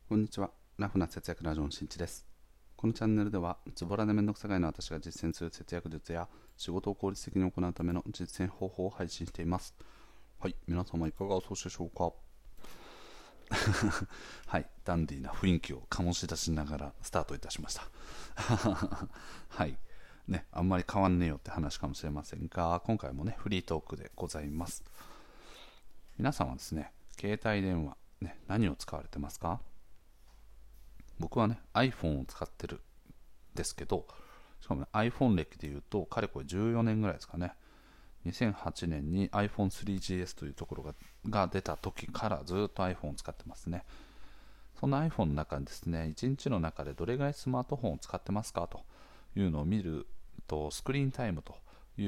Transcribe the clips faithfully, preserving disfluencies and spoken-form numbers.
こんにちは。ラフな節約ラジオのしんいちです。このチャンネルでは、ズボラでめんどくさがいの私が実践する節約術や仕事を効率的に行うための実践方法を配信しています。はい、皆様いかがお過ごしでしょうか。はい、ダンディーな雰囲気を醸し出しながらスタートいたしました。はい、ね、あんまり変わんねえよって話かもしれませんが、今回もね、フリートークでございます。皆さんはですね、携帯電話、ね、何を使われてますか？僕はね iPhone を使ってるんですけど、しかもね iPhone 歴でいうとかれこれじゅうよねんぐらいですかね。にせんはちねんに アイフォンスリージーエス というところがが出た時からずっと iPhone を使ってますね。そんな iPhone の中にですね、いちにちの中でどれぐらいスマートフォンを使ってますかというのを見ると、スクリーンタイムという、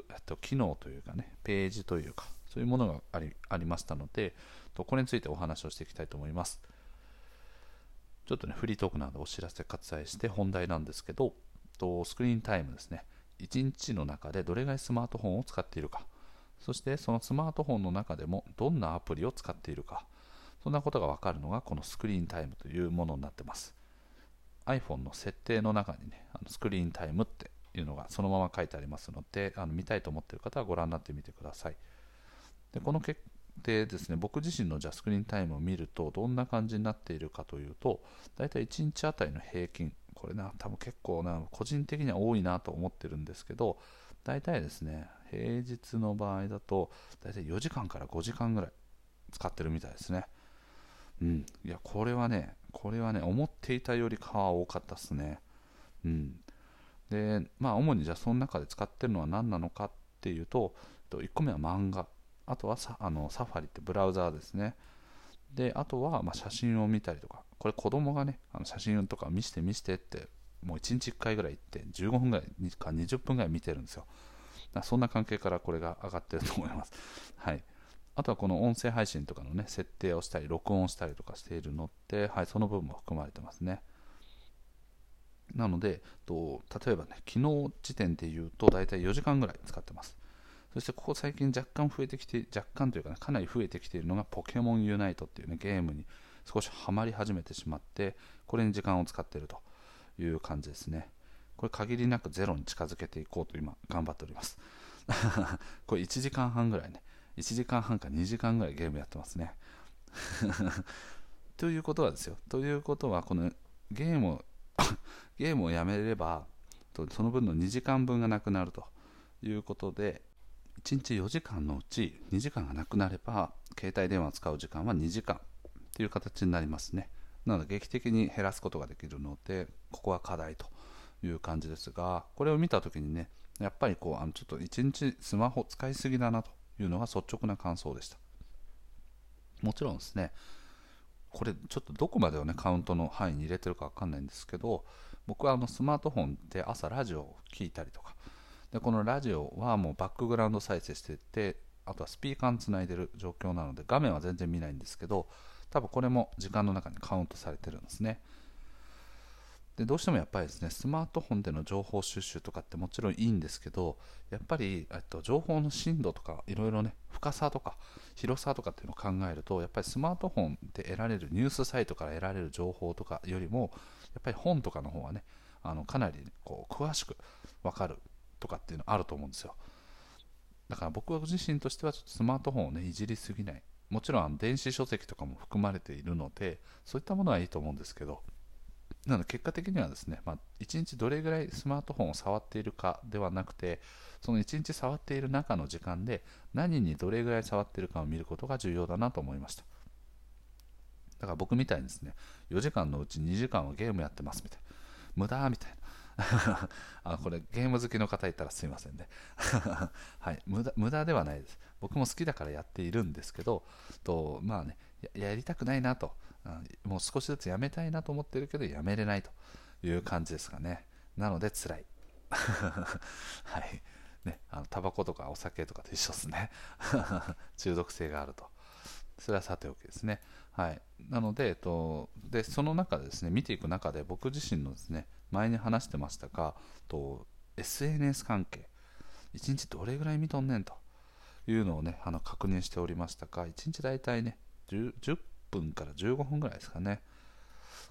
えっと、機能というかね、ページというか、そういうものがありありましたので、とこれについてお話をしていきたいと思います。ちょっとね、フリートークなのでお知らせ割愛して本題なんですけど、とスクリーンタイムですね。いちにちの中でどれぐらいスマートフォンを使っているか、そしてそのスマートフォンの中でもどんなアプリを使っているか、そんなことが分かるのがこのスクリーンタイムというものになってます。 iPhone の設定の中にね、あのスクリーンタイムっていうのがそのまま書いてありますので、あの見たいと思っている方はご覧になってみてください。でこの決定ですね、僕自身のじゃスクリーンタイムを見るとどんな感じになっているかというと、だいたいいちにちあたりの平均、これな多分結構な個人的には多いなと思ってるんですけど、だいたいですね平日の場合だとだいたいよじかんからごじかんぐらい使ってるみたいですね。うん、いやこれはねこれはね思っていたよりかは多かったですね。うん、でまあ主にじゃあその中で使ってるのは何なのかっていうと、いっこめは漫画、あとはサあのサファリってブラウザーですね。であとはまあ写真を見たりとか、これ子供がねあの写真とか見して見してってもういちにちいっかいぐらい行ってじゅうごふんぐらいかにじゅっぷんぐらい見てるんですよ。そんな関係からこれが上がってると思います。はい。あとはこの音声配信とかのね設定をしたり録音したりとかしているのって、はい、その部分も含まれてますね。なのでと例えばね昨日時点で言うとだいたいよじかんぐらい使ってます。そしてここ最近若干増えてきて、若干というか、ね、かなり増えてきているのがポケモンユナイトっていう、ね、ゲームに少しハマり始めてしまって、これに時間を使っているという感じですね。これ限りなくゼロに近づけていこうと今頑張っております。これいちじかんはんぐらいね、いちじかんはんかにじかんぐらいゲームやってますね。ということはですよ、ということはこのゲームをゲームをやめればその分のにじかんぶんがなくなるということで、いちにちよじかんのうちにじかんがなくなれば携帯電話を使う時間はにじかんという形になりますね。なので劇的に減らすことができるので、ここは課題という感じですが、これを見た時にね、やっぱりこうあのちょっといちにちスマホ使いすぎだなというのが率直な感想でした。もちろんですね、これちょっとどこまでをねカウントの範囲に入れてるか分かんないんですけど、僕はあのスマートフォンで朝ラジオを聞いたりとかで、このラジオはもうバックグラウンド再生していて、あとはスピーカーにつないでる状況なので画面は全然見ないんですけど、多分これも時間の中にカウントされてるんですね。でどうしてもやっぱりですねスマートフォンでの情報収集とかってもちろんいいんですけど、やっぱりえっと情報の深度とかいろいろね深さとか広さとかっていうのを考えると、やっぱりスマートフォンで得られるニュースサイトから得られる情報とかよりも、やっぱり本とかの方はねあのかなりこう詳しく分かるとかっていうのあると思うんですよ。だから僕自身としてはちょっとスマートフォンをねいじりすぎない、もちろんあの電子書籍とかも含まれているのでそういったものはいいと思うんですけど、なので結果的にはですね、まあ、いちにちどれぐらいスマートフォンを触っているかではなくて、そのいちにち触っている中の時間で何にどれぐらい触っているかを見ることが重要だなと思いました。だから僕みたいにですね、よじかんのうちにじかんはゲームやってますみたいな、無駄みたいなあこれゲーム好きの方いたらすいませんねはい、無駄無駄ではないです。僕も好きだからやっているんですけど、とまあね や, やりたくないなと、もう少しずつやめたいなと思ってるけどやめれないという感じですかね。なので辛いはいね、あのタバコとかお酒とかと一緒ですね中毒性があると、それはさておきですね。はい、なので、えっと、でその中でですね見ていく中で僕自身のですね前に話してましたがと エスエヌエス 関係いちにちどれぐらい見とんねんというのをねあの確認しておりましたが、いちにち大体ね 10, じゅっぷんからじゅうごふんぐらいですかね。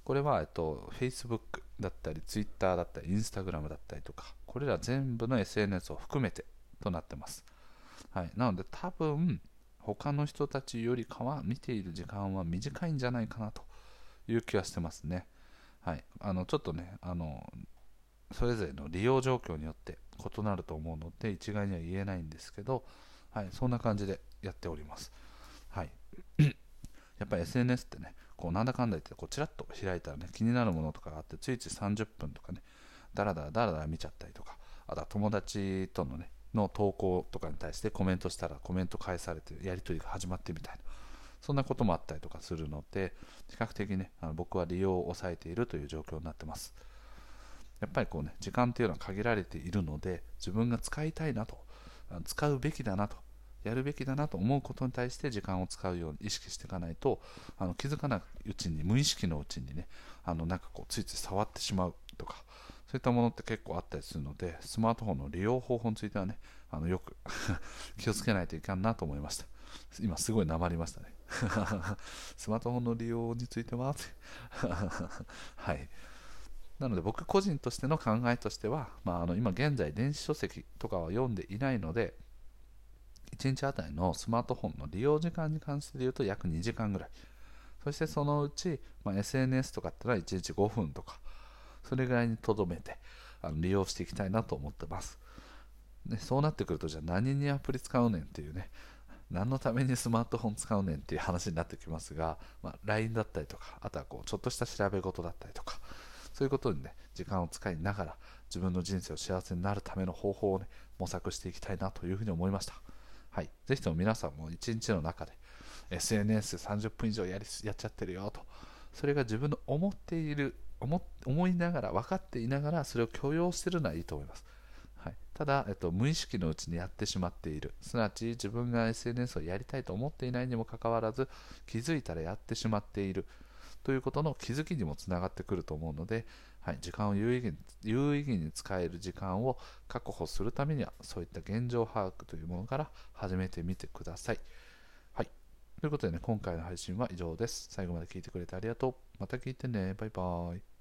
これは、えっと、Facebook だったり Twitter だったり Instagram だったりとか、これら全部の エスエヌエス を含めてとなってます。はい、なので多分他の人たちよりかは見ている時間は短いんじゃないかなという気はしてますね。はい、あのちょっとねあのそれぞれの利用状況によって異なると思うので一概には言えないんですけど、はい、そんな感じでやっております。はい、やっぱり エスエヌエス ってね、こうなんだかんだ言ってこうチラッと開いたらね、気になるものとかがあって、ついついさんじゅっぷんとかね、だらだらだらだら見ちゃったりとか、あとは友達とのね、の投稿とかに対してコメントしたらコメント返されてやり取りが始まってみたいな、そんなこともあったりとかするので、比較的ね、あの僕は利用を抑えているという状況になってます。やっぱりこうね、時間っていうのは限られているので、自分が使いたいなと、使うべきだなと、やるべきだなと思うことに対して時間を使うように意識していかないと、あの気づかないうちに、無意識のうちにね、あのなんかこうついつい触ってしまうとか、そういったものって結構あったりするので、スマートフォンの利用方法についてはね、あのよく気をつけないといかんなと思いました。今すごいなまりましたねスマートフォンの利用についてははい。なので僕個人としての考えとしては、まあ、あの今現在電子書籍とかは読んでいないので、いちにちあたりのスマートフォンの利用時間に関して言うと約にじかんぐらい。そしてそのうち、まあ、エスエヌエス とかってのはいちにちごふんとか、それぐらいにとどめてあの利用していきたいなと思ってます。ね、そうなってくると、じゃあ何にアプリ使うねんっていうね、何のためにスマートフォン使うねんっていう話になってきますが、まあ、ライン だったりとか、あとはこうちょっとした調べ事だったりとか、そういうことにね、時間を使いながら自分の人生を幸せになるための方法をね、模索していきたいなというふうに思いました。はい、ぜひとも皆さんもいちにちの中で エスエヌエスさんじゅっぷん以上やりやっちゃってるよと、それが自分の思っている思思いながら、分かっていながらそれを許容しているのはいいと思います。はい、ただ、えっと、無意識のうちにやってしまっている、すなわち自分が エスエヌエス をやりたいと思っていないにもかかわらず気づいたらやってしまっているということの気づきにもつながってくると思うので、はい、時間を有意義に、有意義に使える時間を確保するためには、そういった現状把握というものから始めてみてください。はい、ということでね、今回の配信は以上です。最後まで聞いてくれてありがとう。また聞いてね。バイバーイ。